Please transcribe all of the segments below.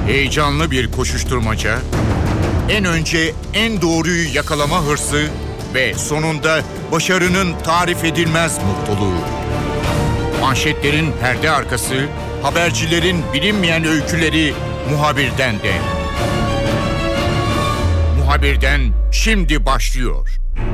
Heyecanlı bir koşuşturmaca, en önce en doğruyu yakalama hırsı ve sonunda başarının tarif edilmez mutluluğu. Manşetlerin perde arkası, habercilerin bilinmeyen öyküleri Muhabir'den de. Muhabir'den şimdi başlıyor.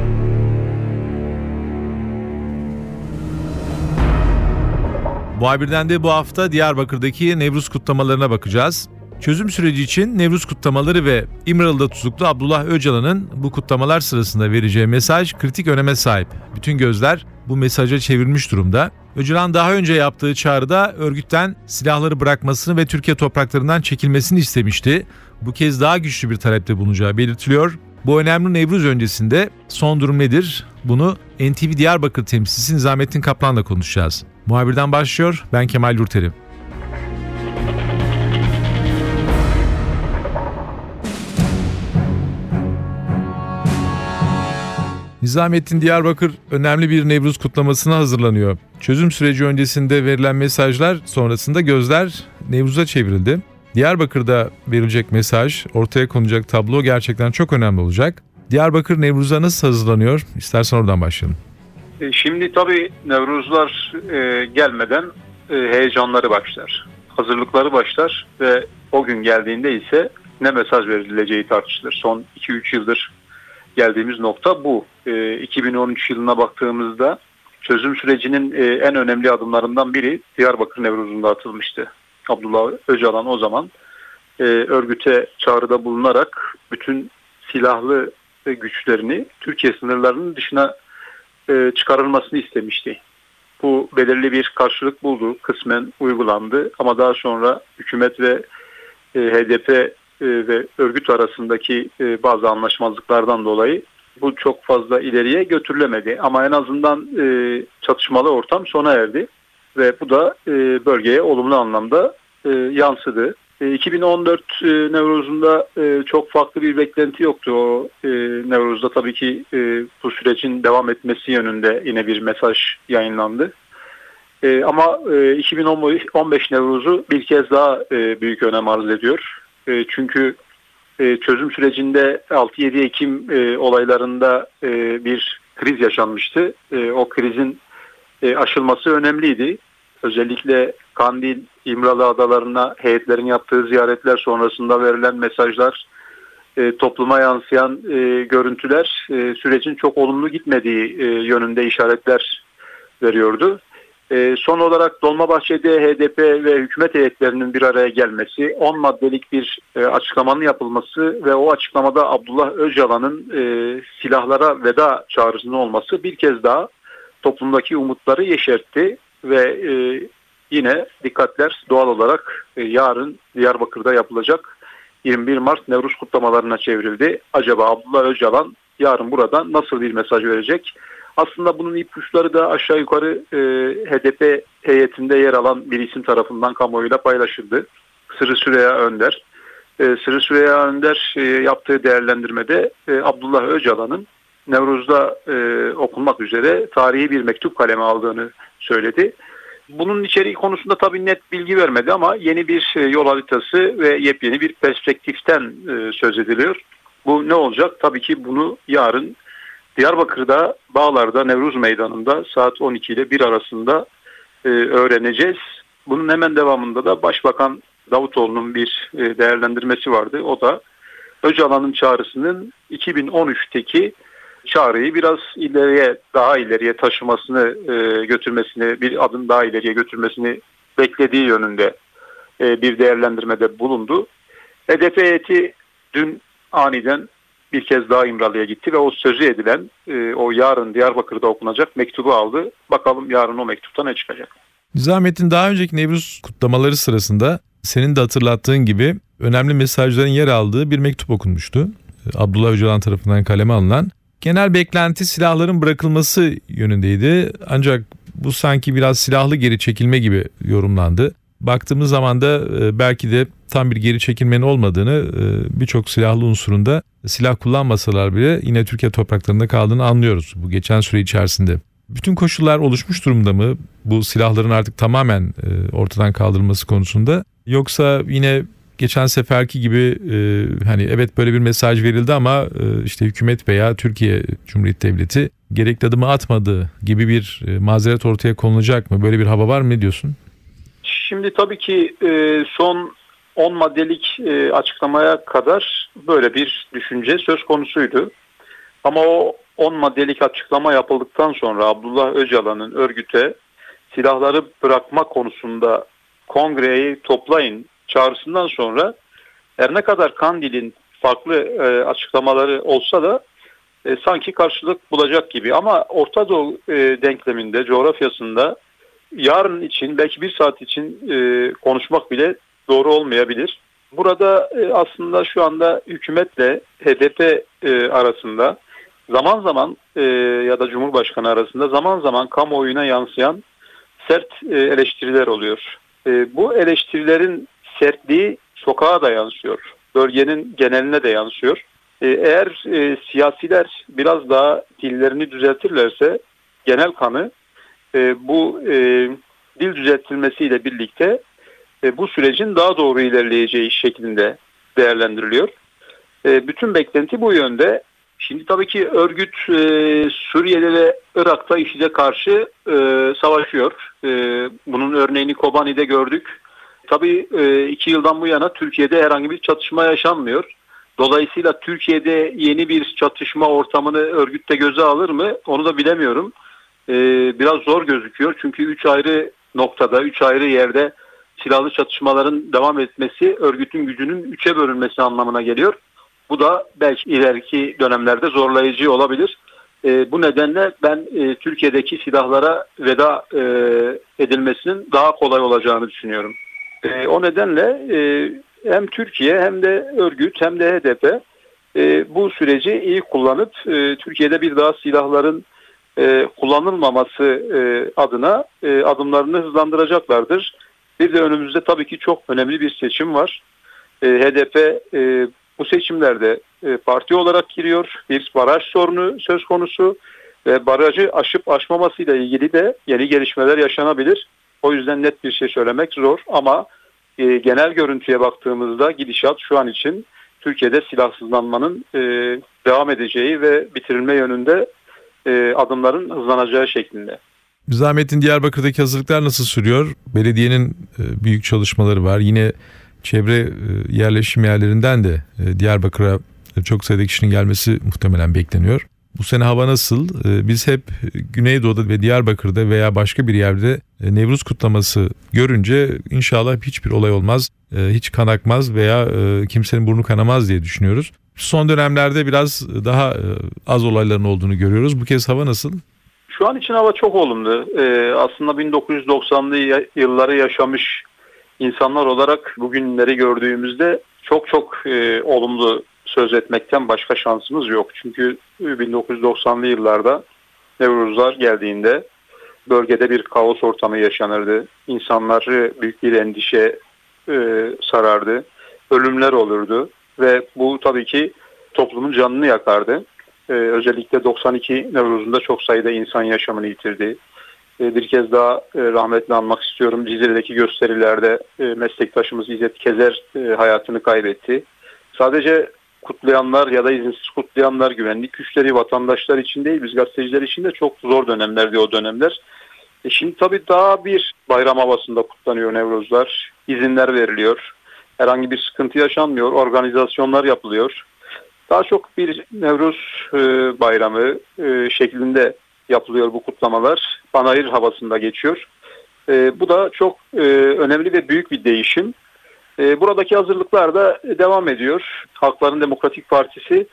Muhabir'den de bu hafta Diyarbakır'daki Nevruz kutlamalarına bakacağız. Çözüm süreci için Nevruz kutlamaları ve İmralı'da tutuklu Abdullah Öcalan'ın bu kutlamalar sırasında vereceği mesaj kritik öneme sahip. Bütün gözler bu mesaja çevrilmiş durumda. Öcalan daha önce yaptığı çağrıda örgütten silahları bırakmasını ve Türkiye topraklarından çekilmesini istemişti. Bu kez daha güçlü bir talepte bulunacağı belirtiliyor. Bu önemli Nevruz öncesinde son durum nedir? Bunu NTV Diyarbakır temsilcisi Nizamettin Kaplan'la konuşacağız. Muhabirden başlıyor, ben Kemal Yurteri. Nizamettin, Diyarbakır önemli bir Nevruz kutlamasına hazırlanıyor. Çözüm süreci öncesinde verilen mesajlar sonrasında gözler Nevruz'a çevrildi. Diyarbakır'da verilecek mesaj, ortaya konacak tablo gerçekten çok önemli olacak. Diyarbakır Nevruz'a nasıl hazırlanıyor? İstersen oradan başlayalım. Şimdi tabii Nevruzlar gelmeden heyecanları başlar. Hazırlıkları başlar ve o gün geldiğinde ise ne mesaj verileceği tartışılır. Son 2-3 yıldır geldiğimiz nokta bu. 2013 yılına baktığımızda çözüm sürecinin en önemli adımlarından biri Diyarbakır Nevruz'unda atılmıştı. Abdullah Öcalan o zaman örgüte çağrıda bulunarak bütün silahlı güçlerini Türkiye sınırlarının dışına çıkarılmasını istemişti. Bu belirli bir karşılık buldu, kısmen uygulandı ama daha sonra hükümet ve HDP ve örgüt arasındaki bazı anlaşmazlıklardan dolayı bu çok fazla ileriye götürülemedi. Ama en azından çatışmalı ortam sona erdi ve bu da bölgeye olumlu anlamda yansıdı. 2014 Nevruz'unda çok farklı bir beklenti yoktu. O Nevruz'da tabii ki bu sürecin devam etmesi yönünde yine bir mesaj yayınlandı. Ama 2015 Nevruz'u bir kez daha büyük önem arz ediyor. Çünkü çözüm sürecinde 6-7 Ekim olaylarında bir kriz yaşanmıştı. O krizin aşılması önemliydi. Özellikle Kandil, İmralı adalarına heyetlerin yaptığı ziyaretler sonrasında verilen mesajlar, topluma yansıyan görüntüler sürecin çok olumlu gitmediği yönünde işaretler veriyordu. Son olarak Dolmabahçe'de HDP ve hükümet heyetlerinin bir araya gelmesi, 10 maddelik bir açıklamanın yapılması ve o açıklamada Abdullah Öcalan'ın silahlara veda çağrısının olması bir kez daha toplumdaki umutları yeşertti ve yine dikkatler doğal olarak yarın Diyarbakır'da yapılacak 21 Mart Nevruz kutlamalarına çevrildi. Acaba Abdullah Öcalan yarın buradan nasıl bir mesaj verecek? Aslında bunun ipuçları da aşağı yukarı HDP heyetinde yer alan bir isim tarafından kamuoyuyla paylaşıldı. Sırrı Süreyya Önder. Sırrı Süreyya Önder yaptığı değerlendirmede Abdullah Öcalan'ın Nevruz'da okunmak üzere tarihi bir mektup kaleme aldığını söyledi. Bunun içeriği konusunda tabii net bilgi vermedi ama yeni bir yol haritası ve yepyeni bir perspektiften söz ediliyor. Bu ne olacak? Tabii ki bunu yarın Diyarbakır'da, Bağlar'da, Nevruz Meydanı'nda saat 12 ile 1 arasında öğreneceğiz. Bunun hemen devamında da Başbakan Davutoğlu'nun bir değerlendirmesi vardı. O da Öcalan'ın çağrısının 2013'teki çağrıyı biraz daha ileriye taşımasını, götürmesini, bir adım daha ileriye götürmesini beklediği yönünde bir değerlendirmede bulundu. HDP heyeti dün aniden bir kez daha İmralı'ya gitti ve o sözü edilen o yarın Diyarbakır'da okunacak mektubu aldı. Bakalım yarın o mektupta ne çıkacak? Nizamettin, daha önceki Nevruz kutlamaları sırasında senin de hatırlattığın gibi önemli mesajların yer aldığı bir mektup okunmuştu. Abdullah Öcalan tarafından kaleme alınan. Genel beklenti silahların bırakılması yönündeydi. Ancak bu sanki biraz silahlı geri çekilme gibi yorumlandı. Baktığımız zaman da belki de tam bir geri çekilmenin olmadığını, birçok silahlı unsurunda silah kullanmasalar bile yine Türkiye topraklarında kaldığını anlıyoruz bu geçen süre içerisinde. Bütün koşullar oluşmuş durumda mı bu silahların artık tamamen ortadan kaldırılması konusunda? Yoksa yine geçen seferki gibi hani evet böyle bir mesaj verildi ama işte hükümet veya Türkiye Cumhuriyeti Devleti gerekli adımı atmadığı gibi bir mazeret ortaya konulacak mı? Böyle bir hava var mı? Ne diyorsun? Şimdi tabii ki son 10 maddelik açıklamaya kadar böyle bir düşünce söz konusuydu. Ama o 10 maddelik açıklama yapıldıktan sonra Abdullah Öcalan'ın örgüte silahları bırakma konusunda kongreyi toplayın çağrısından sonra her ne kadar Kandil'in farklı açıklamaları olsa da sanki karşılık bulacak gibi. Ama Orta Doğu denkleminde, coğrafyasında yarın için belki bir saat için konuşmak bile doğru olmayabilir. Burada aslında şu anda hükümetle HDP arasında zaman zaman ya da Cumhurbaşkanı arasında zaman zaman kamuoyuna yansıyan sert eleştiriler oluyor. Bu eleştirilerin sertliği sokağa da yansıyor. Bölgenin geneline de yansıyor. Eğer siyasiler biraz daha dillerini düzeltirlerse genel kanı bu dil düzeltilmesiyle birlikte bu sürecin daha doğru ilerleyeceği şeklinde değerlendiriliyor. Bütün beklenti bu yönde. Şimdi tabii ki örgüt Suriye'de ve Irak'ta IŞİD'e karşı savaşıyor. Bunun örneğini Kobani'de gördük. Tabii 2 yıldan bu yana Türkiye'de herhangi bir çatışma yaşanmıyor. Dolayısıyla Türkiye'de yeni bir çatışma ortamını örgütte göze alır mı? Onu da bilemiyorum. Biraz zor gözüküyor. Çünkü 3 ayrı noktada, 3 ayrı yerde silahlı çatışmaların devam etmesi örgütün gücünün 3'e bölünmesi anlamına geliyor. Bu da belki ileriki dönemlerde zorlayıcı olabilir. Bu nedenle ben Türkiye'deki silahlara veda edilmesinin daha kolay olacağını düşünüyorum. O nedenle hem Türkiye hem de örgüt hem de HDP bu süreci iyi kullanıp Türkiye'de bir daha silahların kullanılmaması adına adımlarını hızlandıracaklardır. Bir de önümüzde tabii ki çok önemli bir seçim var. HDP bu seçimlerde parti olarak giriyor. Bir baraj sorunu söz konusu ve barajı aşıp aşmamasıyla ilgili de yeni gelişmeler yaşanabilir. O yüzden net bir şey söylemek zor ama genel görüntüye baktığımızda gidişat şu an için Türkiye'de silahsızlanmanın devam edeceği ve bitirilme yönünde adımların hızlanacağı şeklinde. Zahmettin, Diyarbakır'daki hazırlıklar nasıl sürüyor? Belediyenin büyük çalışmaları var. Yine çevre yerleşim yerlerinden de Diyarbakır'a çok sayıda kişinin gelmesi muhtemelen bekleniyor. Bu sene hava nasıl? Biz hep Güneydoğu'da ve Diyarbakır'da veya başka bir yerde Nevruz kutlaması görünce inşallah hiçbir olay olmaz, hiç kan akmaz veya kimsenin burnu kanamaz diye düşünüyoruz. Son dönemlerde biraz daha az olayların olduğunu görüyoruz. Bu kez hava nasıl? Şu an için hava çok olumlu. Aslında 1990'lı yılları yaşamış insanlar olarak bugünleri gördüğümüzde çok olumlu söz etmekten başka şansımız yok. Çünkü 1990'lı yıllarda Nevruzlar geldiğinde bölgede bir kaos ortamı yaşanırdı. İnsanları büyük bir endişe sarardı. Ölümler olurdu ve bu tabii ki toplumun canını yakardı. Özellikle 92 Nevruz'unda çok sayıda insan yaşamını yitirdi. Bir kez daha rahmetle anmak istiyorum. Cizre'deki gösterilerde meslektaşımız İzzet Kezer hayatını kaybetti. Sadece kutlayanlar ya da izinsiz kutlayanlar, güvenlik güçleri, vatandaşlar için değil, biz gazeteciler için de çok zor dönemlerdi o dönemler. Şimdi tabii daha bir bayram havasında kutlanıyor Nevruzlar. İzinler veriliyor. Herhangi bir sıkıntı yaşanmıyor. Organizasyonlar yapılıyor. Daha çok bir Nevruz bayramı şeklinde yapılıyor bu kutlamalar. Panayır havasında geçiyor. Bu da çok önemli ve büyük bir değişim. Buradaki hazırlıklar da devam ediyor. Halkların Demokratik Partisi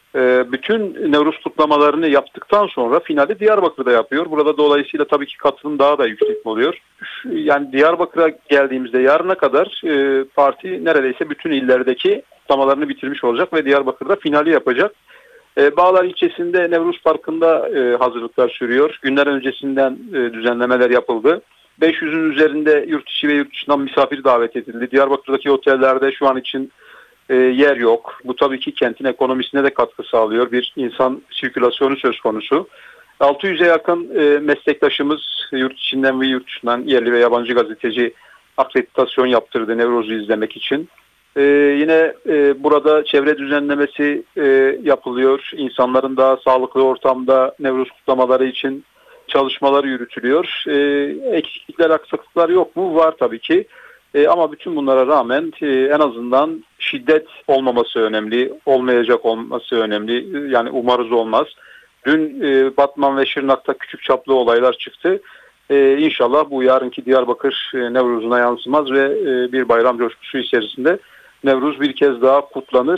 bütün Nevruz kutlamalarını yaptıktan sonra finali Diyarbakır'da yapıyor. Burada dolayısıyla tabii ki katılım daha da yüksek oluyor. Yani Diyarbakır'a geldiğimizde yarına kadar parti neredeyse bütün illerdeki kutlamalarını bitirmiş olacak ve Diyarbakır'da finali yapacak. Bağlar ilçesinde Nevruz Parkı'nda hazırlıklar sürüyor. Günler öncesinden düzenlemeler yapıldı. 500'ün üzerinde yurt içi ve yurt dışından misafir davet edildi. Diyarbakır'daki otellerde şu an için yer yok. Bu tabii ki kentin ekonomisine de katkı sağlıyor. Bir insan sirkülasyonu söz konusu. 600'e yakın meslektaşımız yurt içinden ve yurt dışından yerli ve yabancı gazeteci akreditasyon yaptırdı Nevruz'u izlemek için. Yine burada çevre düzenlemesi yapılıyor. İnsanların daha sağlıklı ortamda Nevruz kutlamaları için çalışmalar yürütülüyor. Eksiklikler, aksaklıklar yok mu? Var tabii ki. Ama bütün bunlara rağmen en azından şiddet olmaması önemli, olmayacak olması önemli. Yani umarız olmaz. Dün Batman ve Şırnak'ta küçük çaplı olaylar çıktı. İnşallah bu yarınki Diyarbakır Nevruz'una yansımaz ve bir bayram coşkusu içerisinde Nevruz bir kez daha kutlanır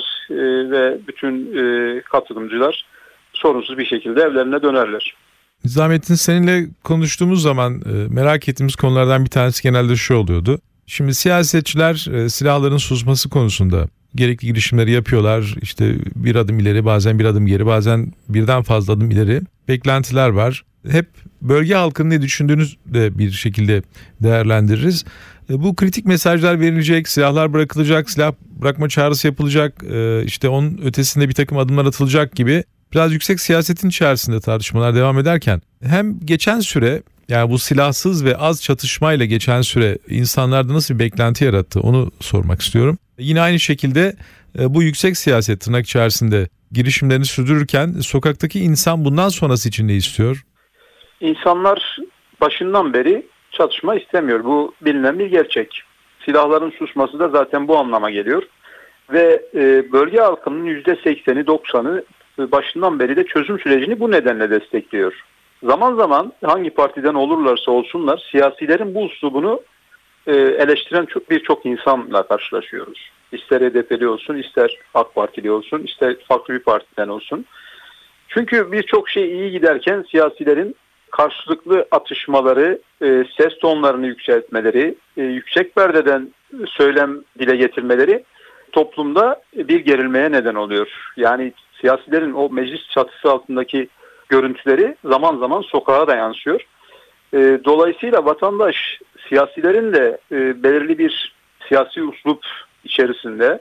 ve bütün katılımcılar sorunsuz bir şekilde evlerine dönerler. Nizamettin, seninle konuştuğumuz zaman merak ettiğimiz konulardan bir tanesi genelde şu oluyordu. Şimdi siyasetçiler silahların susması konusunda gerekli girişimleri yapıyorlar. İşte bir adım ileri, bazen bir adım geri, bazen birden fazla adım ileri beklentiler var. Hep bölge halkının ne düşündüğünü de bir şekilde değerlendiririz. Bu kritik mesajlar verilecek, silahlar bırakılacak, silah bırakma çağrısı yapılacak, işte onun ötesinde bir takım adımlar atılacak gibi biraz yüksek siyasetin içerisinde tartışmalar devam ederken hem geçen süre, yani bu silahsız ve az çatışmayla geçen süre insanlarda nasıl bir beklenti yarattı onu sormak istiyorum. Yine aynı şekilde bu yüksek siyaset tırnak içerisinde girişimlerini sürdürürken sokaktaki insan bundan sonrası için ne istiyor? İnsanlar başından beri çatışma istemiyor. Bu bilinen bir gerçek. Silahların susması da zaten bu anlama geliyor. Ve bölge halkının %80'i 90'ı başından beri de çözüm sürecini bu nedenle destekliyor. Zaman zaman hangi partiden olurlarsa olsunlar siyasilerin bu üslubunu eleştiren birçok insanla karşılaşıyoruz. İster HDP'li olsun, ister AK Partili olsun, ister farklı bir partiden olsun. Çünkü birçok şey iyi giderken siyasilerin karşılıklı atışmaları, ses tonlarını yükseltmeleri, yüksek perdeden söylem dile getirmeleri toplumda bir gerilmeye neden oluyor. Yani siyasilerin o meclis çatısı altındaki görüntüleri zaman zaman sokağa da yansıyor. Dolayısıyla vatandaş siyasilerin de belirli bir siyasi üslup içerisinde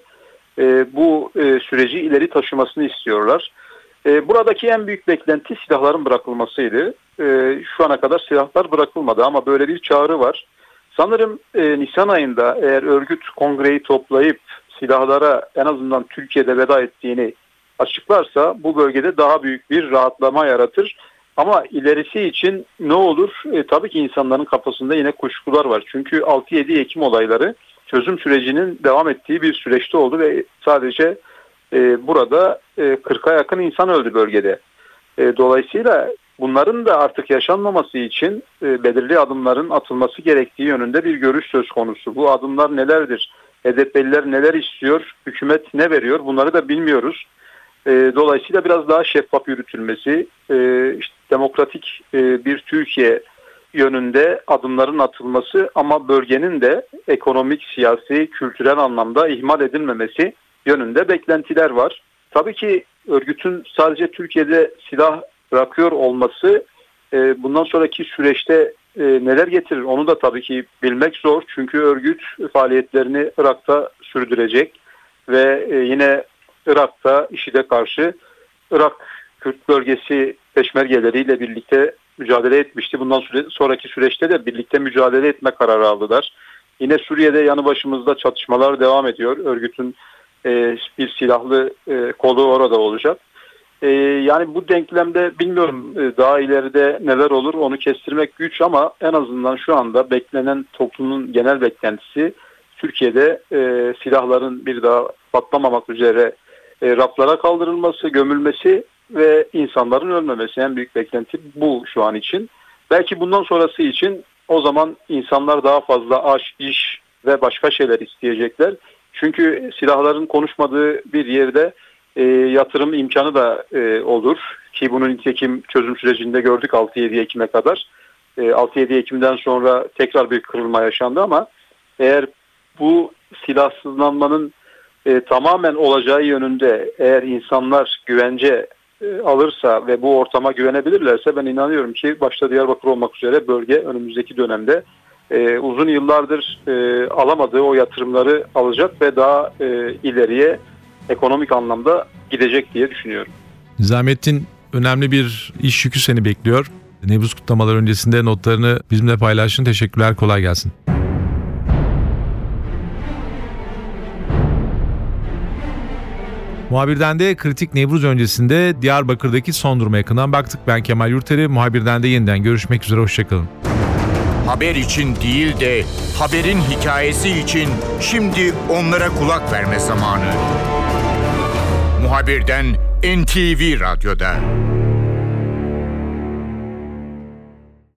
bu süreci ileri taşımasını istiyorlar. Buradaki en büyük beklenti silahların bırakılmasıydı. Şu ana kadar silahlar bırakılmadı ama böyle bir çağrı var. Sanırım Nisan ayında eğer örgüt kongreyi toplayıp silahlara en azından Türkiye'de veda ettiğini açıklarsa bu bölgede daha büyük bir rahatlama yaratır. Ama ilerisi için ne olur? Tabii ki insanların kafasında yine kuşkular var. Çünkü 6-7 Ekim olayları çözüm sürecinin devam ettiği bir süreçte oldu ve sadece burada 40'a yakın insan öldü bölgede. Dolayısıyla bunların da artık yaşanmaması için belirli adımların atılması gerektiği yönünde bir görüş söz konusu. Bu adımlar nelerdir? HDP'liler neler istiyor? Hükümet ne veriyor? Bunları da bilmiyoruz. Dolayısıyla biraz daha şeffaf yürütülmesi, işte demokratik bir Türkiye yönünde adımların atılması ama bölgenin de ekonomik, siyasi, kültürel anlamda ihmal edilmemesi yönünde beklentiler var. Tabii ki örgütün sadece Türkiye'de silah bırakıyor olması bundan sonraki süreçte neler getirir onu da tabii ki bilmek zor. Çünkü örgüt faaliyetlerini Irak'ta sürdürecek ve yine Irak'ta IŞİD'e karşı Irak Kürt bölgesi peşmergeleriyle birlikte mücadele etmişti. Bundan sonraki süreçte de birlikte mücadele etme kararı aldılar. Yine Suriye'de yanı başımızda çatışmalar devam ediyor. Örgütün bir silahlı kolu orada olacak. Yani bu denklemde bilmiyorum daha ileride neler olur onu kestirmek güç ama en azından şu anda beklenen toplumun genel beklentisi Türkiye'de silahların bir daha patlamamak üzere raflara kaldırılması, gömülmesi ve insanların ölmemesi. En büyük beklenti bu şu an için. Belki bundan sonrası için o zaman insanlar daha fazla aş, iş ve başka şeyler isteyecekler. Çünkü silahların konuşmadığı bir yerde yatırım imkanı da olur. Ki bunun nitekim çözüm sürecinde gördük 6-7 Ekim'e kadar. 6-7 Ekim'den sonra tekrar bir kırılma yaşandı ama eğer bu silahsızlanmanın tamamen olacağı yönünde eğer insanlar güvence alırsa ve bu ortama güvenebilirlerse ben inanıyorum ki başta Diyarbakır olmak üzere bölge önümüzdeki dönemde uzun yıllardır alamadığı o yatırımları alacak ve daha ileriye ekonomik anlamda gidecek diye düşünüyorum. Nizamettin, önemli bir iş yükü seni bekliyor. Nevruz kutlamaları öncesinde notlarını bizimle paylaştın. Teşekkürler, kolay gelsin. Muhabirden de kritik Nevruz öncesinde Diyarbakır'daki son duruma yakından baktık. Ben Kemal Yurteri. Muhabirden de yeniden görüşmek üzere. Hoşçakalın. Haber için değil de haberin hikayesi için şimdi onlara kulak verme zamanı. Muhabirden NTV Radyo'da.